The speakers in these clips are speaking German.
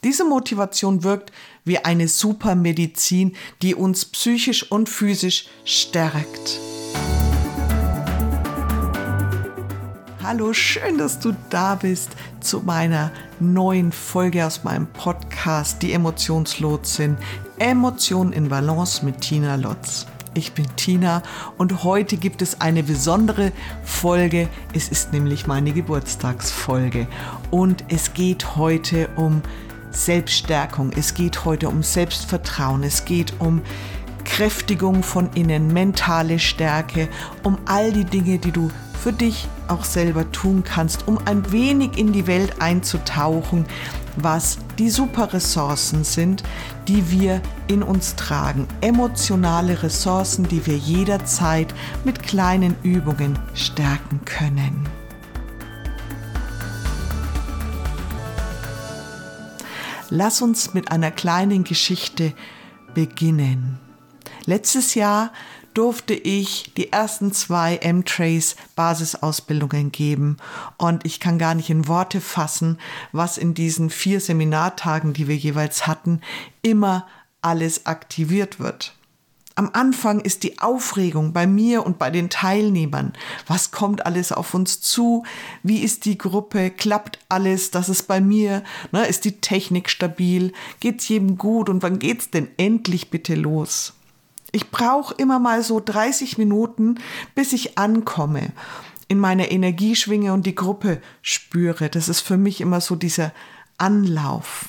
Diese Motivation wirkt wie eine Supermedizin, die uns psychisch und physisch stärkt. Hallo, schön, dass du da bist zu meiner neuen Folge aus meinem Podcast, die Emotionslotsin, Emotionen in Balance mit Tina Lotz. Ich bin Tina und heute gibt es eine besondere Folge. Es ist nämlich meine Geburtstagsfolge und es geht heute um Selbststärkung, es geht heute um Selbstvertrauen, es geht um Kräftigung von innen, mentale Stärke, um all die Dinge, die du für dich auch selber tun kannst, um ein wenig in die Welt einzutauchen, was die Superressourcen sind, die wir in uns tragen. Emotionale Ressourcen, die wir jederzeit mit kleinen Übungen stärken können. Lass uns mit einer kleinen Geschichte beginnen. Letztes Jahr durfte ich die ersten 2 M-Trace Basisausbildungen geben und ich kann gar nicht in Worte fassen, was in diesen 4 Seminartagen, die wir jeweils hatten, immer alles aktiviert wird. Am Anfang ist die Aufregung bei mir und bei den Teilnehmern. Was kommt alles auf uns zu? Wie ist die Gruppe? Klappt alles? Das ist bei mir. Ist die Technik stabil? Geht's jedem gut? Und wann geht's denn endlich bitte los? Ich brauche immer mal so 30 Minuten, bis ich ankomme, in meiner Energieschwinge und die Gruppe spüre. Das ist für mich immer so dieser Anlauf.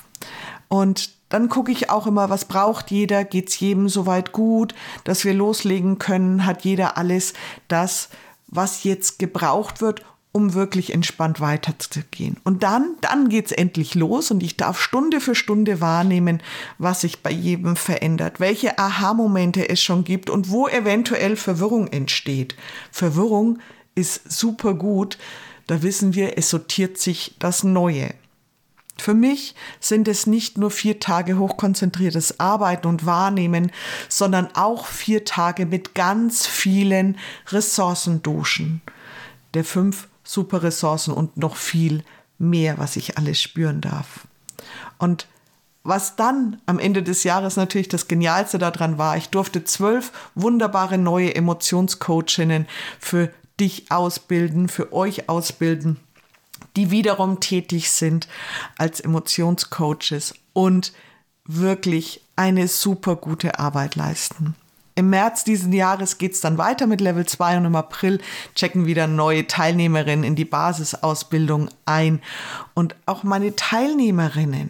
Und dann gucke ich auch immer, was braucht jeder? Geht's jedem soweit gut, dass wir loslegen können? Hat jeder alles das, was jetzt gebraucht wird, um wirklich entspannt weiterzugehen? Und dann geht's endlich los und ich darf Stunde für Stunde wahrnehmen, was sich bei jedem verändert, welche Aha-Momente es schon gibt und wo eventuell Verwirrung entsteht. Verwirrung ist super gut, da wissen wir, es sortiert sich das Neue. Für mich sind es nicht nur 4 Tage hochkonzentriertes Arbeiten und Wahrnehmen, sondern auch 4 Tage mit ganz vielen Ressourcenduschen. Der 5 Superressourcen und noch viel mehr, was ich alles spüren darf. Und was dann am Ende des Jahres natürlich das Genialste daran war, ich durfte 12 wunderbare neue Emotionscoachinnen für dich ausbilden, für euch ausbilden, die wiederum tätig sind als Emotionscoaches und wirklich eine super gute Arbeit leisten. Im März diesen Jahres geht es dann weiter mit Level 2 und im April checken wieder neue Teilnehmerinnen in die Basisausbildung ein. Und auch meine Teilnehmerinnen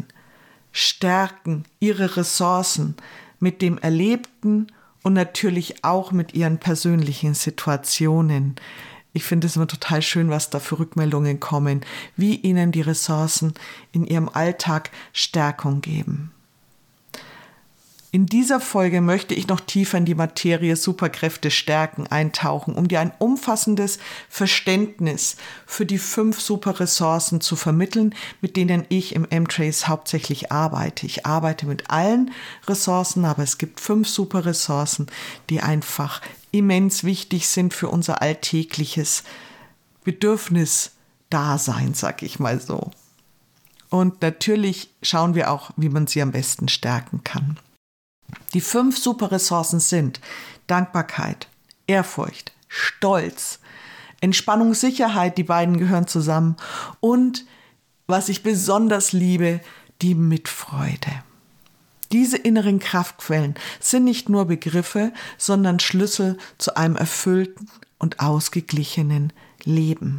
stärken ihre Ressourcen mit dem Erlebten und natürlich auch mit ihren persönlichen Situationen. Ich finde es immer total schön, was da für Rückmeldungen kommen, wie ihnen die Ressourcen in ihrem Alltag Stärkung geben. In dieser Folge möchte ich noch tiefer in die Materie Superkräfte stärken eintauchen, um dir ein umfassendes Verständnis für die 5 Superressourcen zu vermitteln, mit denen ich im M-Trace hauptsächlich arbeite. Ich arbeite mit allen Ressourcen, aber es gibt 5 Superressourcen, die einfach immens wichtig sind für unser alltägliches Bedürfnisdasein, sag ich mal so. Und natürlich schauen wir auch, wie man sie am besten stärken kann. Die 5 Superressourcen sind Dankbarkeit, Ehrfurcht, Stolz, Entspannung, Sicherheit, die beiden gehören zusammen und, was ich besonders liebe, die Mitfreude. Diese inneren Kraftquellen sind nicht nur Begriffe, sondern Schlüssel zu einem erfüllten und ausgeglichenen Leben.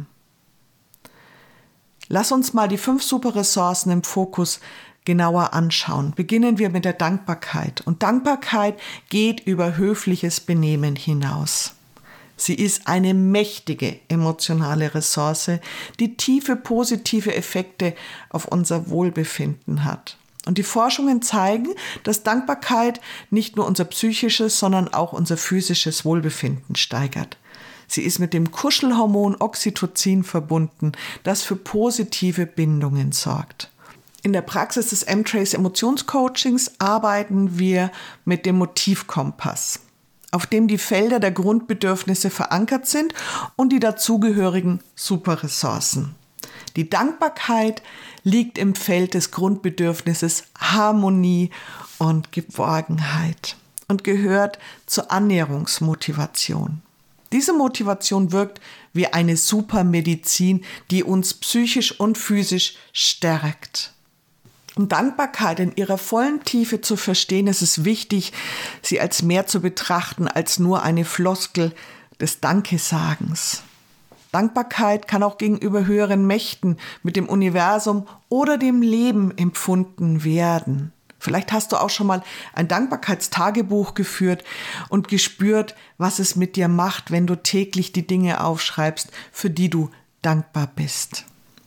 Lass uns mal die 5 Superressourcen im Fokus genauer anschauen. Beginnen wir mit der Dankbarkeit. Und Dankbarkeit geht über höfliches Benehmen hinaus. Sie ist eine mächtige emotionale Ressource, die tiefe positive Effekte auf unser Wohlbefinden hat. Und die Forschungen zeigen, dass Dankbarkeit nicht nur unser psychisches, sondern auch unser physisches Wohlbefinden steigert. Sie ist mit dem Kuschelhormon Oxytocin verbunden, das für positive Bindungen sorgt. In der Praxis des M-Trace Emotionscoachings arbeiten wir mit dem Motivkompass, auf dem die Felder der Grundbedürfnisse verankert sind und die dazugehörigen Superressourcen. Die Dankbarkeit liegt im Feld des Grundbedürfnisses Harmonie und Geborgenheit und gehört zur Annäherungsmotivation. Diese Motivation wirkt wie eine Supermedizin, die uns psychisch und physisch stärkt. Um Dankbarkeit in ihrer vollen Tiefe zu verstehen, ist es wichtig, sie als mehr zu betrachten als nur eine Floskel des Dankesagens. Dankbarkeit kann auch gegenüber höheren Mächten mit dem Universum oder dem Leben empfunden werden. Vielleicht hast du auch schon mal ein Dankbarkeitstagebuch geführt und gespürt, was es mit dir macht, wenn du täglich die Dinge aufschreibst, für die du dankbar bist.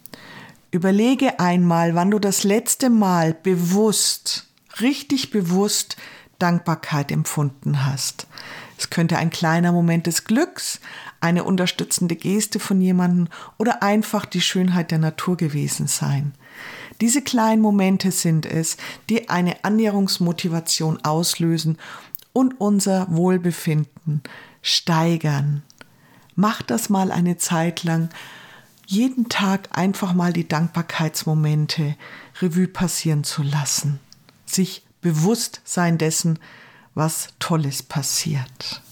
Überlege einmal, wann du das letzte Mal bewusst, richtig bewusst Dankbarkeit empfunden hast. Es könnte ein kleiner Moment des Glücks, eine unterstützende Geste von jemandem oder einfach die Schönheit der Natur gewesen sein. Diese kleinen Momente sind es, die eine Annäherungsmotivation auslösen und unser Wohlbefinden steigern. Mach das mal eine Zeit lang. Jeden Tag einfach mal die Dankbarkeitsmomente Revue passieren zu lassen. Sich bewusst sein dessen, was Tolles passiert.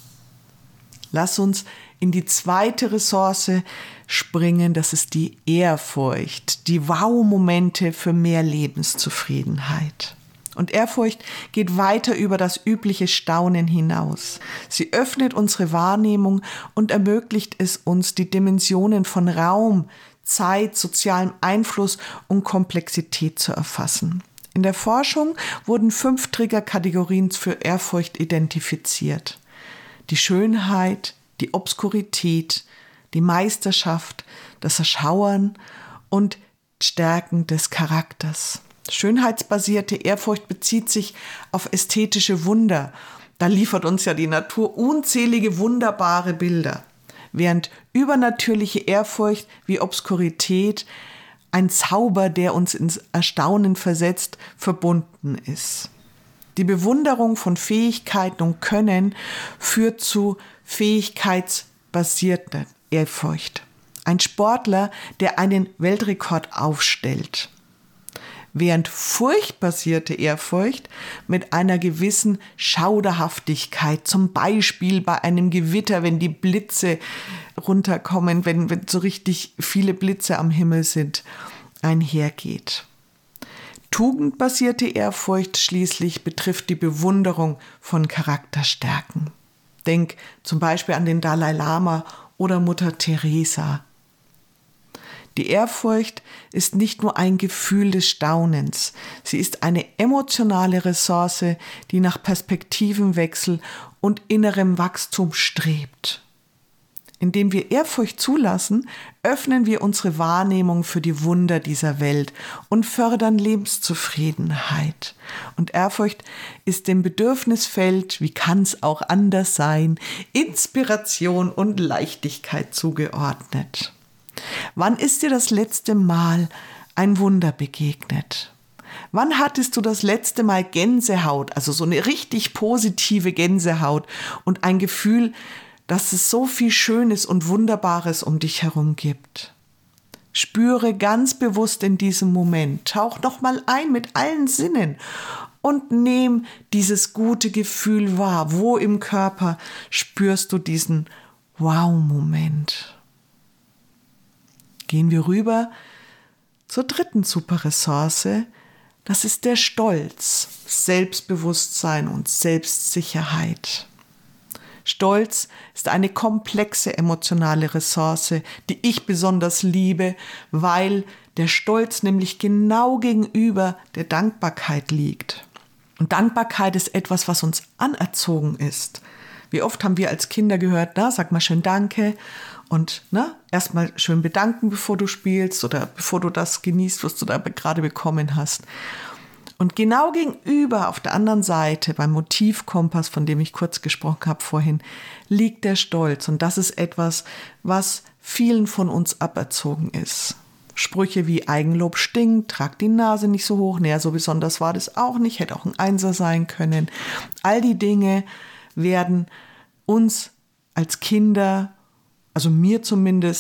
Lass uns in die zweite Ressource springen, das ist die Ehrfurcht, die Wow-Momente für mehr Lebenszufriedenheit. Und Ehrfurcht geht weiter über das übliche Staunen hinaus. Sie öffnet unsere Wahrnehmung und ermöglicht es uns, die Dimensionen von Raum, Zeit, sozialem Einfluss und Komplexität zu erfassen. In der Forschung wurden 5 Triggerkategorien für Ehrfurcht identifiziert. Die Schönheit, die Obskurität, die Meisterschaft, das Erschauern und Stärken des Charakters. Schönheitsbasierte Ehrfurcht bezieht sich auf ästhetische Wunder. Da liefert uns ja die Natur unzählige wunderbare Bilder. Während übernatürliche Ehrfurcht wie Obskurität, ein Zauber, der uns ins Erstaunen versetzt, verbunden ist. Die Bewunderung von Fähigkeiten und Können führt zu fähigkeitsbasierter Ehrfurcht. Ein Sportler, der einen Weltrekord aufstellt. Während furchtbasierte Ehrfurcht mit einer gewissen Schauderhaftigkeit, zum Beispiel bei einem Gewitter, wenn die Blitze runterkommen, wenn so richtig viele Blitze am Himmel sind, einhergeht. Tugendbasierte Ehrfurcht schließlich betrifft die Bewunderung von Charakterstärken. Denk zum Beispiel an den Dalai Lama oder Mutter Teresa. Die Ehrfurcht ist nicht nur ein Gefühl des Staunens, sie ist eine emotionale Ressource, die nach Perspektivenwechsel und innerem Wachstum strebt. Indem wir Ehrfurcht zulassen, öffnen wir unsere Wahrnehmung für die Wunder dieser Welt und fördern Lebenszufriedenheit. Und Ehrfurcht ist dem Bedürfnisfeld, wie kann es auch anders sein, Inspiration und Leichtigkeit zugeordnet. Wann ist dir das letzte Mal ein Wunder begegnet? Wann hattest du das letzte Mal Gänsehaut, also so eine richtig positive Gänsehaut und ein Gefühl, dass es so viel Schönes und Wunderbares um dich herum gibt? Spüre ganz bewusst in diesem Moment, tauch nochmal ein mit allen Sinnen und nimm dieses gute Gefühl wahr. Wo im Körper spürst du diesen Wow-Moment? Gehen wir rüber zur dritten Superressource. Das ist der Stolz, Selbstbewusstsein und Selbstsicherheit. Stolz ist eine komplexe emotionale Ressource, die ich besonders liebe, weil der Stolz nämlich genau gegenüber der Dankbarkeit liegt. Und Dankbarkeit ist etwas, was uns anerzogen ist. Wie oft haben wir als Kinder gehört, sag mal schön Danke und erstmal schön bedanken, bevor du spielst oder bevor du das genießt, was du da gerade bekommen hast. Und genau gegenüber, auf der anderen Seite, beim Motivkompass, von dem ich kurz gesprochen habe vorhin, liegt der Stolz. Und das ist etwas, was vielen von uns aberzogen ist. Sprüche wie Eigenlob stinkt, trag die Nase nicht so hoch, so besonders war das auch nicht, hätte auch ein Einser sein können. All die Dinge werden uns als Kinder, also mir zumindest,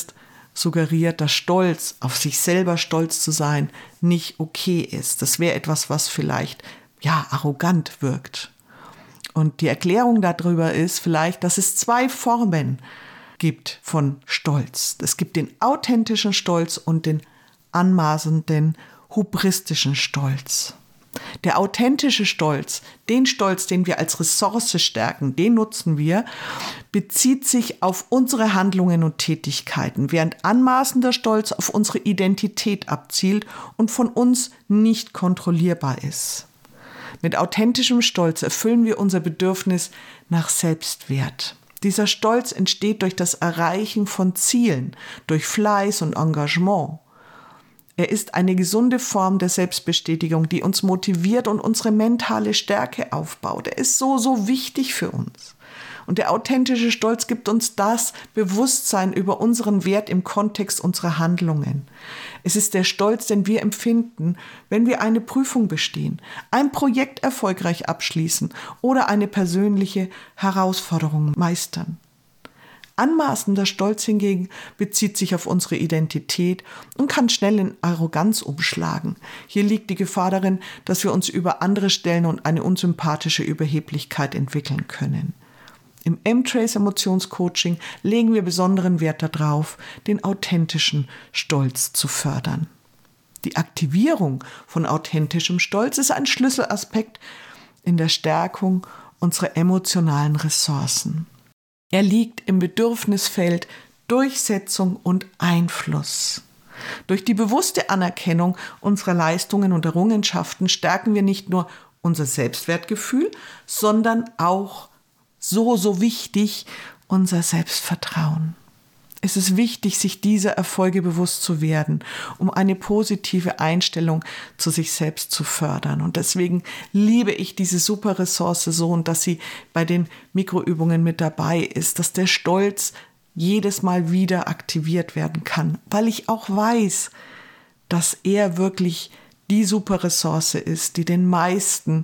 suggeriert, dass Stolz, auf sich selber stolz zu sein, nicht okay ist. Das wäre etwas, was vielleicht, arrogant wirkt. Und die Erklärung darüber ist vielleicht, dass es 2 Formen gibt von Stolz. Es gibt den authentischen Stolz und den anmaßenden, hubristischen Stolz. Der authentische Stolz, den Stolz, den wir als Ressource stärken, den nutzen wir, bezieht sich auf unsere Handlungen und Tätigkeiten, während anmaßender Stolz auf unsere Identität abzielt und von uns nicht kontrollierbar ist. Mit authentischem Stolz erfüllen wir unser Bedürfnis nach Selbstwert. Dieser Stolz entsteht durch das Erreichen von Zielen, durch Fleiß und Engagement. Er ist eine gesunde Form der Selbstbestätigung, die uns motiviert und unsere mentale Stärke aufbaut. Er ist so wichtig für uns. Und der authentische Stolz gibt uns das Bewusstsein über unseren Wert im Kontext unserer Handlungen. Es ist der Stolz, den wir empfinden, wenn wir eine Prüfung bestehen, ein Projekt erfolgreich abschließen oder eine persönliche Herausforderung meistern. Anmaßender Stolz hingegen bezieht sich auf unsere Identität und kann schnell in Arroganz umschlagen. Hier liegt die Gefahr darin, dass wir uns über andere stellen und eine unsympathische Überheblichkeit entwickeln können. Im M-Trace Emotionscoaching legen wir besonderen Wert darauf, den authentischen Stolz zu fördern. Die Aktivierung von authentischem Stolz ist ein Schlüsselaspekt in der Stärkung unserer emotionalen Ressourcen. Er liegt im Bedürfnisfeld Durchsetzung und Einfluss. Durch die bewusste Anerkennung unserer Leistungen und Errungenschaften stärken wir nicht nur unser Selbstwertgefühl, sondern auch so wichtig, unser Selbstvertrauen. Es ist wichtig, sich dieser Erfolge bewusst zu werden, um eine positive Einstellung zu sich selbst zu fördern. Und deswegen liebe ich diese super Ressource so, und dass sie bei den Mikroübungen mit dabei ist, dass der Stolz jedes Mal wieder aktiviert werden kann, weil ich auch weiß, dass er wirklich die super Ressource ist, die den meisten,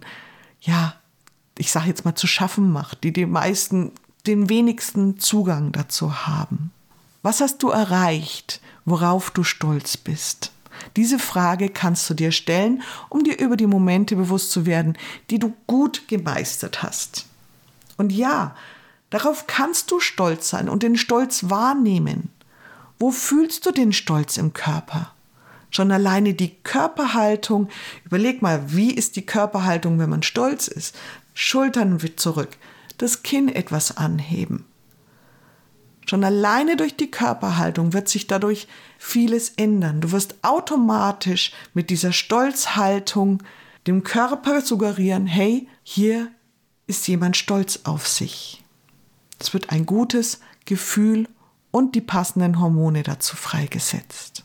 ich sage jetzt mal, zu schaffen macht, die den meisten den wenigsten Zugang dazu haben. Was hast du erreicht, worauf du stolz bist? Diese Frage kannst du dir stellen, um dir über die Momente bewusst zu werden, die du gut gemeistert hast. Und ja, darauf kannst du stolz sein und den Stolz wahrnehmen. Wo fühlst du den Stolz im Körper? Schon alleine die Körperhaltung, überleg mal, wie ist die Körperhaltung, wenn man stolz ist? Schultern zurück, das Kinn etwas anheben. Schon alleine durch die Körperhaltung wird sich dadurch vieles ändern. Du wirst automatisch mit dieser Stolzhaltung dem Körper suggerieren, hey, hier ist jemand stolz auf sich. Es wird ein gutes Gefühl und die passenden Hormone dazu freigesetzt.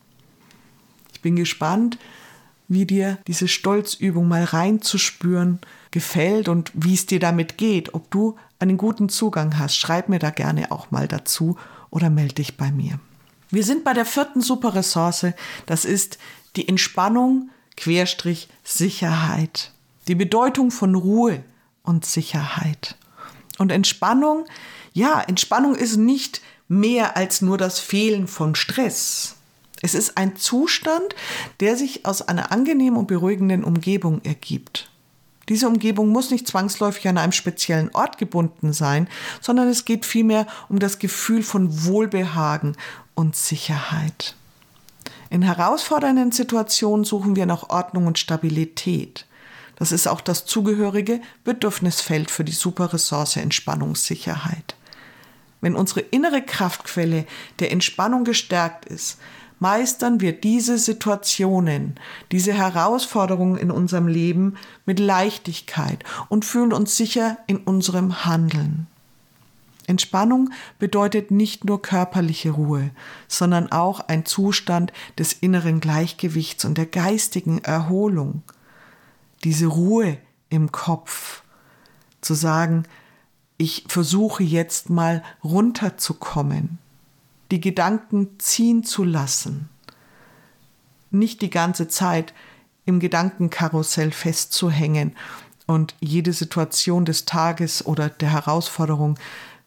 Ich bin gespannt, wie dir diese Stolzübung mal reinzuspüren gefällt und wie es dir damit geht, ob du einen guten Zugang hast. Schreib mir da gerne auch mal dazu oder melde dich bei mir. Wir sind bei der 4. Superressource, das ist die Entspannung / Sicherheit. Die Bedeutung von Ruhe und Sicherheit. Und Entspannung ist nicht mehr als nur das Fehlen von Stress. Es ist ein Zustand, der sich aus einer angenehmen und beruhigenden Umgebung ergibt. Diese Umgebung muss nicht zwangsläufig an einem speziellen Ort gebunden sein, sondern es geht vielmehr um das Gefühl von Wohlbehagen und Sicherheit. In herausfordernden Situationen suchen wir nach Ordnung und Stabilität. Das ist auch das zugehörige Bedürfnisfeld für die Superressource Entspannungssicherheit. Wenn unsere innere Kraftquelle der Entspannung gestärkt ist, meistern wir diese Situationen, diese Herausforderungen in unserem Leben mit Leichtigkeit und fühlen uns sicher in unserem Handeln. Entspannung bedeutet nicht nur körperliche Ruhe, sondern auch ein Zustand des inneren Gleichgewichts und der geistigen Erholung. Diese Ruhe im Kopf, zu sagen, ich versuche jetzt mal runterzukommen, die Gedanken ziehen zu lassen, nicht die ganze Zeit im Gedankenkarussell festzuhängen und jede Situation des Tages oder der Herausforderung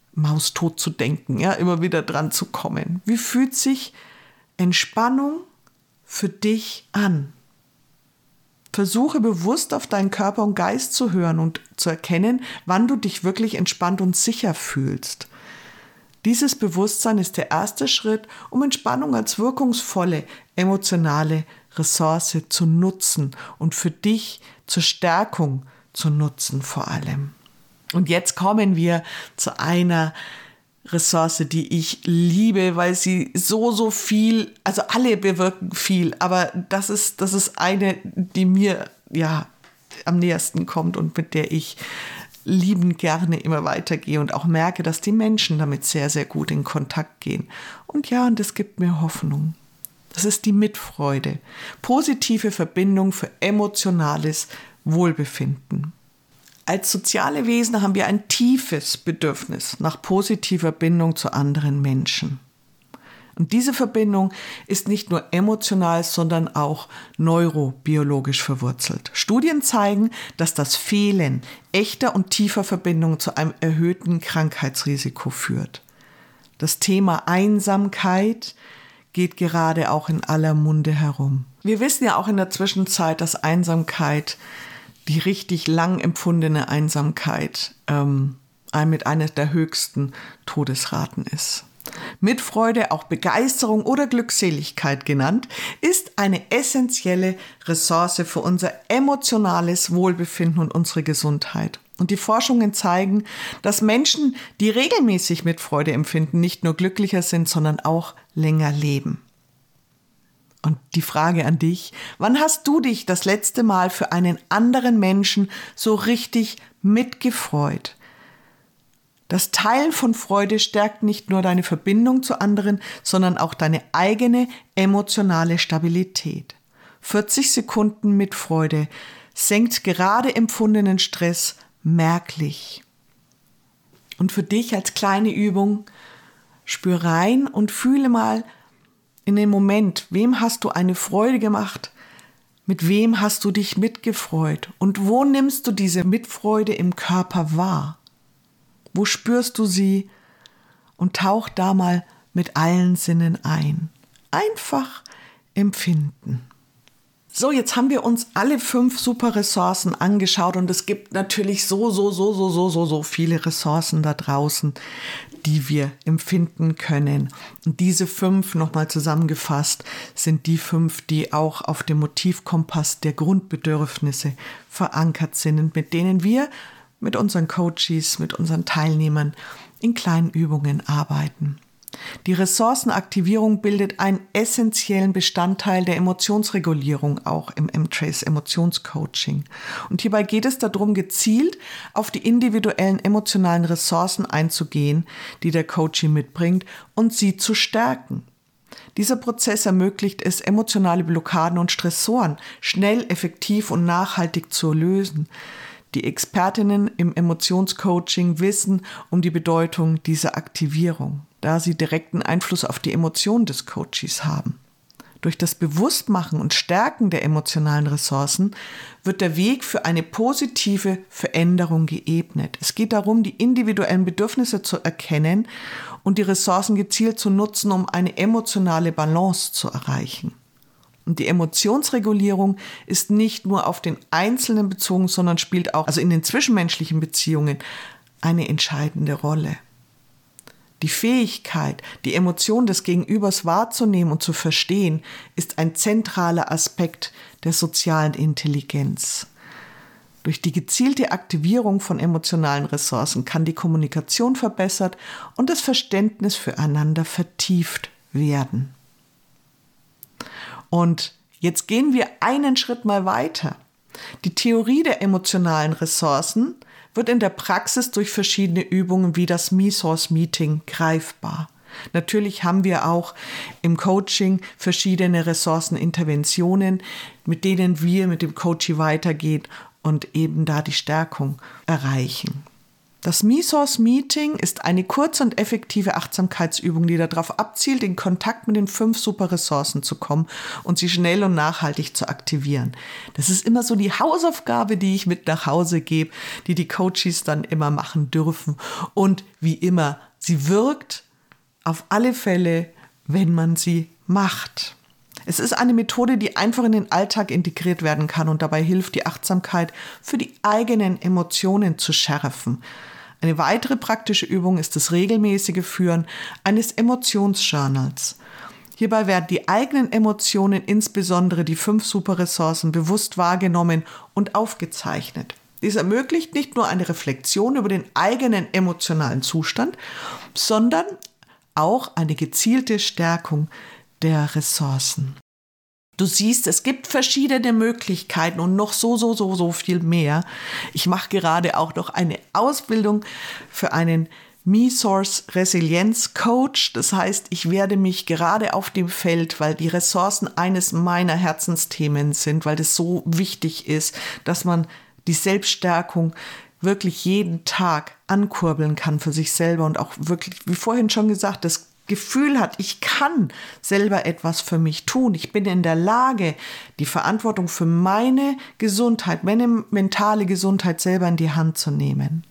maustot zu denken, ja, immer wieder dran zu kommen. Wie fühlt sich Entspannung für dich an? Versuche bewusst auf deinen Körper und Geist zu hören und zu erkennen, wann du dich wirklich entspannt und sicher fühlst. Dieses Bewusstsein ist der erste Schritt, um Entspannung als wirkungsvolle emotionale Ressource zu nutzen und für dich zur Stärkung zu nutzen vor allem. Und jetzt kommen wir zu einer Ressource, die ich liebe, weil sie so viel, also alle bewirken viel, aber das ist eine, die mir ja am nähersten kommt und mit der ich liebend gerne immer weitergehe und auch merke, dass die Menschen damit sehr, sehr gut in Kontakt gehen. Und ja, und das gibt mir Hoffnung. Das ist die Mitfreude. Positive Verbindung für emotionales Wohlbefinden. Als soziale Wesen haben wir ein tiefes Bedürfnis nach positiver Bindung zu anderen Menschen. Und diese Verbindung ist nicht nur emotional, sondern auch neurobiologisch verwurzelt. Studien zeigen, dass das Fehlen echter und tiefer Verbindungen zu einem erhöhten Krankheitsrisiko führt. Das Thema Einsamkeit geht gerade auch in aller Munde herum. Wir wissen ja auch in der Zwischenzeit, dass Einsamkeit, die richtig lang empfundene Einsamkeit, mit einer der höchsten Todesraten ist. Mitfreude, auch Begeisterung oder Glückseligkeit genannt, ist eine essentielle Ressource für unser emotionales Wohlbefinden und unsere Gesundheit. Und die Forschungen zeigen, dass Menschen, die regelmäßig Mitfreude empfinden, nicht nur glücklicher sind, sondern auch länger leben. Und die Frage an dich: Wann hast du dich das letzte Mal für einen anderen Menschen so richtig mitgefreut? Das Teilen von Freude stärkt nicht nur deine Verbindung zu anderen, sondern auch deine eigene emotionale Stabilität. 40 Sekunden Mitfreude senkt gerade empfundenen Stress merklich. Und für dich als kleine Übung, spür rein und fühle mal in den Moment, wem hast du eine Freude gemacht, mit wem hast du dich mitgefreut und wo nimmst du diese Mitfreude im Körper wahr? Wo spürst du sie? Und tauch da mal mit allen Sinnen ein. Einfach empfinden. So, jetzt haben wir uns alle 5 super Ressourcen angeschaut und es gibt natürlich so viele Ressourcen da draußen, die wir empfinden können. Und diese 5, nochmal zusammengefasst, sind die 5, die auch auf dem Motivkompass der Grundbedürfnisse verankert sind und mit denen wir mit unseren Coaches, mit unseren Teilnehmern in kleinen Übungen arbeiten. Die Ressourcenaktivierung bildet einen essentiellen Bestandteil der Emotionsregulierung auch im M-Trace Emotionscoaching. Und hierbei geht es darum, gezielt auf die individuellen emotionalen Ressourcen einzugehen, die der Coachee mitbringt und sie zu stärken. Dieser Prozess ermöglicht es, emotionale Blockaden und Stressoren schnell, effektiv und nachhaltig zu lösen. Die Expertinnen im Emotionscoaching wissen um die Bedeutung dieser Aktivierung, da sie direkten Einfluss auf die Emotionen des Coaches haben. Durch das Bewusstmachen und Stärken der emotionalen Ressourcen wird der Weg für eine positive Veränderung geebnet. Es geht darum, die individuellen Bedürfnisse zu erkennen und die Ressourcen gezielt zu nutzen, um eine emotionale Balance zu erreichen. Und die Emotionsregulierung ist nicht nur auf den Einzelnen bezogen, sondern spielt auch, also in den zwischenmenschlichen Beziehungen, eine entscheidende Rolle. Die Fähigkeit, die Emotionen des Gegenübers wahrzunehmen und zu verstehen, ist ein zentraler Aspekt der sozialen Intelligenz. Durch die gezielte Aktivierung von emotionalen Ressourcen kann die Kommunikation verbessert und das Verständnis füreinander vertieft werden. Und jetzt gehen wir einen Schritt mal weiter. Die Theorie der emotionalen Ressourcen wird in der Praxis durch verschiedene Übungen wie das Me-Source-Meeting greifbar. Natürlich haben wir auch im Coaching verschiedene Ressourceninterventionen, mit denen wir mit dem Coachee weitergehen und eben da die Stärkung erreichen. Das Me-Source Meeting ist eine kurze und effektive Achtsamkeitsübung, die darauf abzielt, in Kontakt mit den 5 Superressourcen zu kommen und sie schnell und nachhaltig zu aktivieren. Das ist immer so die Hausaufgabe, die ich mit nach Hause gebe, die Coaches dann immer machen dürfen. Und wie immer, sie wirkt auf alle Fälle, wenn man sie macht. Es ist eine Methode, die einfach in den Alltag integriert werden kann und dabei hilft, die Achtsamkeit für die eigenen Emotionen zu schärfen. Eine weitere praktische Übung ist das regelmäßige Führen eines Emotionsjournals. Hierbei werden die eigenen Emotionen, insbesondere die 5 Superressourcen, bewusst wahrgenommen und aufgezeichnet. Dies ermöglicht nicht nur eine Reflexion über den eigenen emotionalen Zustand, sondern auch eine gezielte Stärkung der Ressourcen. Du siehst, es gibt verschiedene Möglichkeiten und noch so viel mehr. Ich mache gerade auch noch eine Ausbildung für einen Me-Source Resilienz Coach. Das heißt, ich werde mich gerade auf dem Feld, weil die Ressourcen eines meiner Herzensthemen sind, weil das so wichtig ist, dass man die Selbststärkung wirklich jeden Tag ankurbeln kann für sich selber und auch wirklich, wie vorhin schon gesagt, das Gefühl hat, ich kann selber etwas für mich tun. Ich bin in der Lage, die Verantwortung für meine Gesundheit, meine mentale Gesundheit selber in die Hand zu nehmen.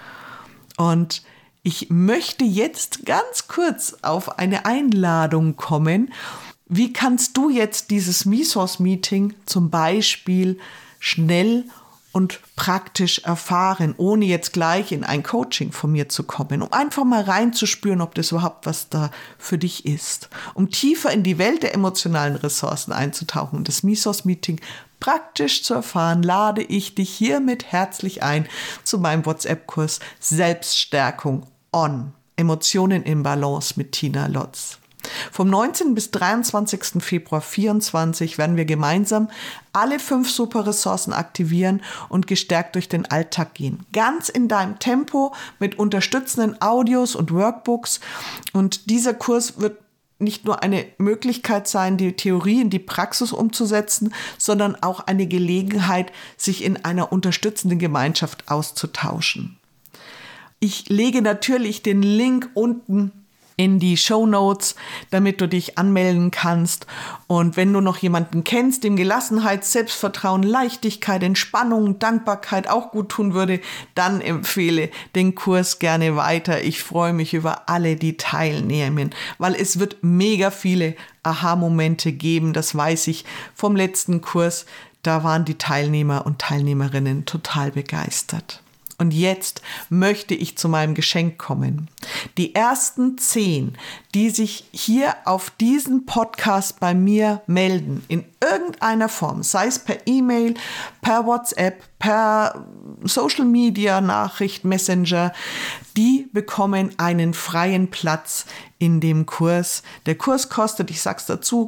Und ich möchte jetzt ganz kurz auf eine Einladung kommen. Wie kannst du jetzt dieses Me-Source Meeting zum Beispiel schnell und praktisch erfahren, ohne jetzt gleich in ein Coaching von mir zu kommen, um einfach mal reinzuspüren, ob das überhaupt was da für dich ist, um tiefer in die Welt der emotionalen Ressourcen einzutauchen und das Me-Source Meeting praktisch zu erfahren, lade ich dich hiermit herzlich ein zu meinem WhatsApp-Kurs Selbststärkung On, Emotionen in Balance mit Tina Lotz. Vom 19. bis 23. Februar 2024 werden wir gemeinsam alle 5 Superressourcen aktivieren und gestärkt durch den Alltag gehen. Ganz in deinem Tempo mit unterstützenden Audios und Workbooks. Und dieser Kurs wird nicht nur eine Möglichkeit sein, die Theorie in die Praxis umzusetzen, sondern auch eine Gelegenheit, sich in einer unterstützenden Gemeinschaft auszutauschen. Ich lege natürlich den Link unten in die Shownotes, damit du dich anmelden kannst. Und wenn du noch jemanden kennst, dem Gelassenheit, Selbstvertrauen, Leichtigkeit, Entspannung, Dankbarkeit auch gut tun würde, dann empfehle den Kurs gerne weiter. Ich freue mich über alle, die teilnehmen, weil es wird mega viele Aha-Momente geben. Das weiß ich vom letzten Kurs. Da waren die Teilnehmer und Teilnehmerinnen total begeistert. Und jetzt möchte ich zu meinem Geschenk kommen. Die ersten 10, die sich hier auf diesen Podcast bei mir melden, in irgendeiner Form, sei es per E-Mail, per WhatsApp, per Social Media Nachricht, Messenger, die bekommen einen freien Platz in dem Kurs. Der Kurs kostet, ich sag's dazu,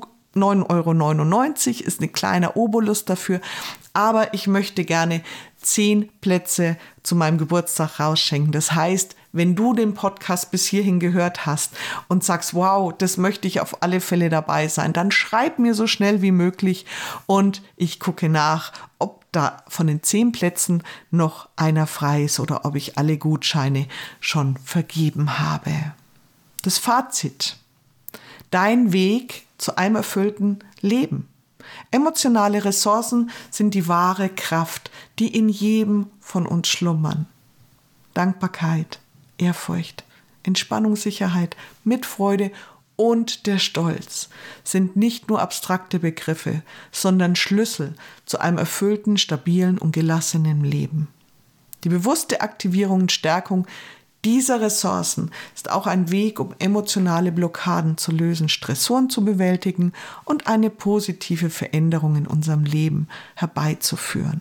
9,99 €, ist ein kleiner Obolus dafür, aber ich möchte gerne 10 Plätze zu meinem Geburtstag rausschenken. Das heißt, wenn du den Podcast bis hierhin gehört hast und sagst, wow, das möchte ich auf alle Fälle dabei sein, dann schreib mir so schnell wie möglich und ich gucke nach, ob da von den 10 Plätzen noch einer frei ist oder ob ich alle Gutscheine schon vergeben habe. Das Fazit: Dein Weg zu einem erfüllten Leben. Emotionale Ressourcen sind die wahre Kraft, die in jedem von uns schlummern. Dankbarkeit, Ehrfurcht, Entspannung, Sicherheit, Mitfreude und der Stolz sind nicht nur abstrakte Begriffe, sondern Schlüssel zu einem erfüllten, stabilen und gelassenen Leben. Die bewusste Aktivierung und Stärkung dieser Ressourcen ist auch ein Weg, um emotionale Blockaden zu lösen, Stressoren zu bewältigen und eine positive Veränderung in unserem Leben herbeizuführen.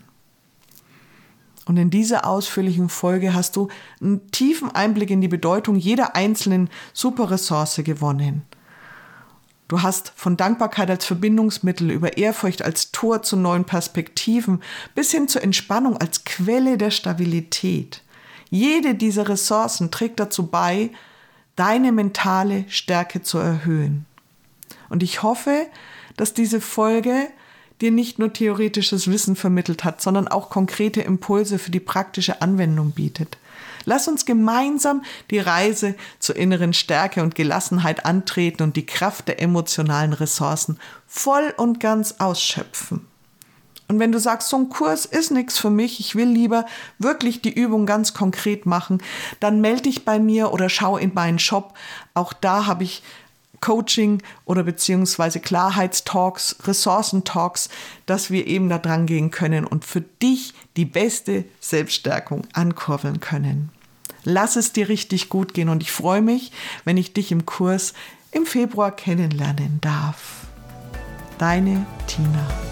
Und in dieser ausführlichen Folge hast du einen tiefen Einblick in die Bedeutung jeder einzelnen Superressource gewonnen. Du hast von Dankbarkeit als Verbindungsmittel über Ehrfurcht als Tor zu neuen Perspektiven bis hin zur Entspannung als Quelle der Stabilität. Jede dieser Ressourcen trägt dazu bei, deine mentale Stärke zu erhöhen. Und ich hoffe, dass diese Folge dir nicht nur theoretisches Wissen vermittelt hat, sondern auch konkrete Impulse für die praktische Anwendung bietet. Lass uns gemeinsam die Reise zur inneren Stärke und Gelassenheit antreten und die Kraft der emotionalen Ressourcen voll und ganz ausschöpfen. Und wenn du sagst, so ein Kurs ist nichts für mich, ich will lieber wirklich die Übung ganz konkret machen, dann melde dich bei mir oder schau in meinen Shop. Auch da habe ich Coaching oder beziehungsweise Klarheitstalks, Ressourcentalks, dass wir eben da dran gehen können und für dich die beste Selbststärkung ankurbeln können. Lass es dir richtig gut gehen und ich freue mich, wenn ich dich im Kurs im Februar kennenlernen darf. Deine Tina.